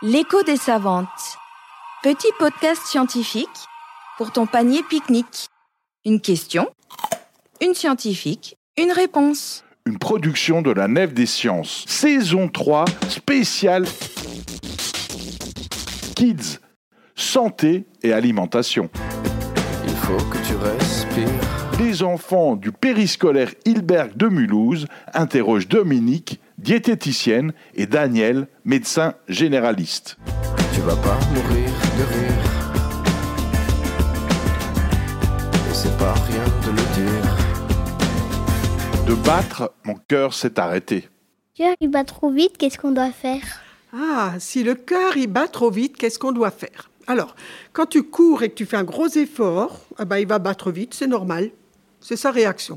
L'écho des savantes. Petit podcast scientifique pour ton panier pique-nique. Une question, une scientifique, une réponse. Une production de la Nef des Sciences. Saison 3, spéciale Kids, santé et alimentation. Il faut que tu respires. Les enfants du périscolaire Hilberg de Mulhouse interrogent Dominique, diététicienne, et Daniel, médecin généraliste. Tu vas pas mourir de rire. Et c'est pas rien de le dire. De battre, mon cœur s'est arrêté. Le cœur, il bat trop vite, qu'est-ce qu'on doit faire? Ah, si le cœur il bat trop vite, qu'est-ce qu'on doit faire? Alors, quand tu cours et que tu fais un gros effort, il va battre vite, c'est normal. C'est sa réaction.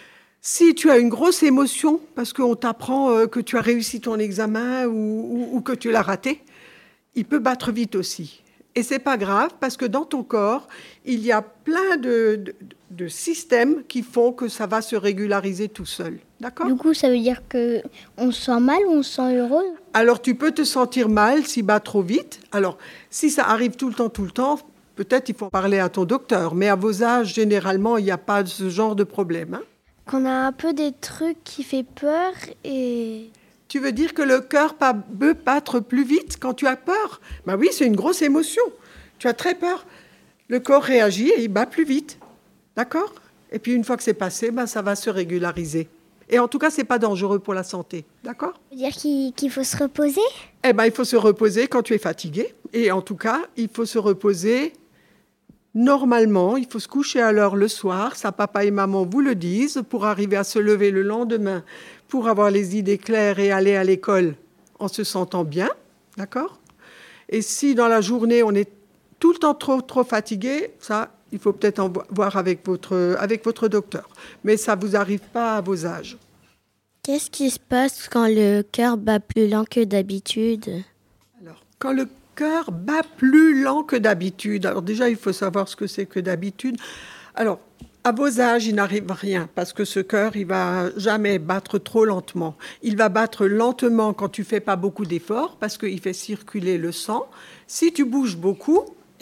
Si tu as une grosse émotion, parce qu'on t'apprend que tu as réussi ton examen ou que tu l'as raté, il peut battre vite aussi. Et c'est pas grave, parce que dans ton corps, il y a plein de systèmes qui font que ça va se régulariser tout seul. D'accord ? Du coup, ça veut dire qu'on se sent mal ou on se sent heureux? Alors, tu peux te sentir mal s'il bat trop vite. Alors, si ça arrive tout le temps, peut-être il faut parler à ton docteur. Mais à vos âges, généralement, il n'y a pas ce genre de problème. Qu'on a un peu des trucs qui fait peur et... Tu veux dire que le cœur peut battre plus vite quand tu as peur? Oui, c'est une grosse émotion. Tu as très peur. Le corps réagit et il bat plus vite. D'accord? Et puis, une fois que c'est passé, ça va se régulariser. Et en tout cas, ce n'est pas dangereux pour la santé. D'accord? Ça veut dire qu'il faut se reposer? Il faut se reposer quand tu es fatigué. Et en tout cas, il faut se reposer normalement. Il faut se coucher à l'heure le soir. Ça, papa et maman vous le disent, pour arriver à se lever le lendemain, pour avoir les idées claires et aller à l'école en se sentant bien. D'accord? Et si dans la journée, on est tout le temps trop fatigué, ça, il faut peut-être en voir avec votre docteur. Mais ça ne vous arrive pas à vos âges. Qu'est-ce qui se passe quand le cœur bat plus lent que d'habitude? Alors, quand le cœur bat plus lent que d'habitude, alors déjà, il faut savoir ce que c'est que d'habitude. Alors, à vos âges, il n'arrive rien, parce que ce cœur, il ne va jamais battre trop lentement. Il va battre lentement quand tu ne fais pas beaucoup d'efforts, parce qu'il fait circuler le sang. Si tu bouges beaucoup,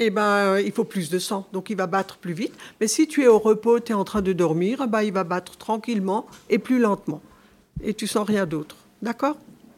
il faut plus de sang, donc il va battre plus vite. Mais si tu es au repos, tu es en train de dormir, il va battre tranquillement et plus lentement. Et tu sens rien d'autre. D'accord ?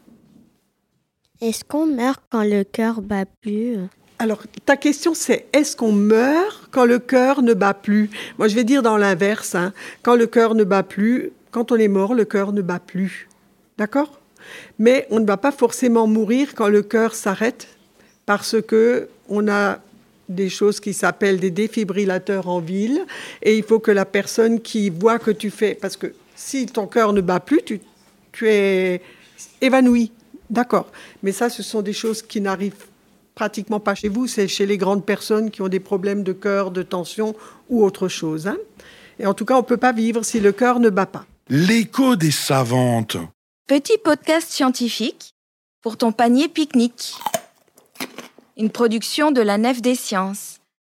Est-ce qu'on meurt quand le cœur bat plus? Alors, ta question, c'est est-ce qu'on meurt quand le cœur ne bat plus? Moi, je vais dire dans l'inverse. Quand le cœur ne bat plus, quand on est mort, le cœur ne bat plus. D'accord? Mais on ne va pas forcément mourir quand le cœur s'arrête, parce qu'on a des choses qui s'appellent des défibrillateurs en ville, et il faut que la personne qui voit que tu fais... Parce que si ton cœur ne bat plus, tu es évanoui. D'accord. Mais ça, ce sont des choses qui n'arrivent pratiquement pas chez vous. C'est chez les grandes personnes qui ont des problèmes de cœur, de tension ou autre chose. Et en tout cas, on ne peut pas vivre si le cœur ne bat pas. L'écho des savantes. Petit podcast scientifique pour ton panier pique-nique. Une production de la Nef des Sciences.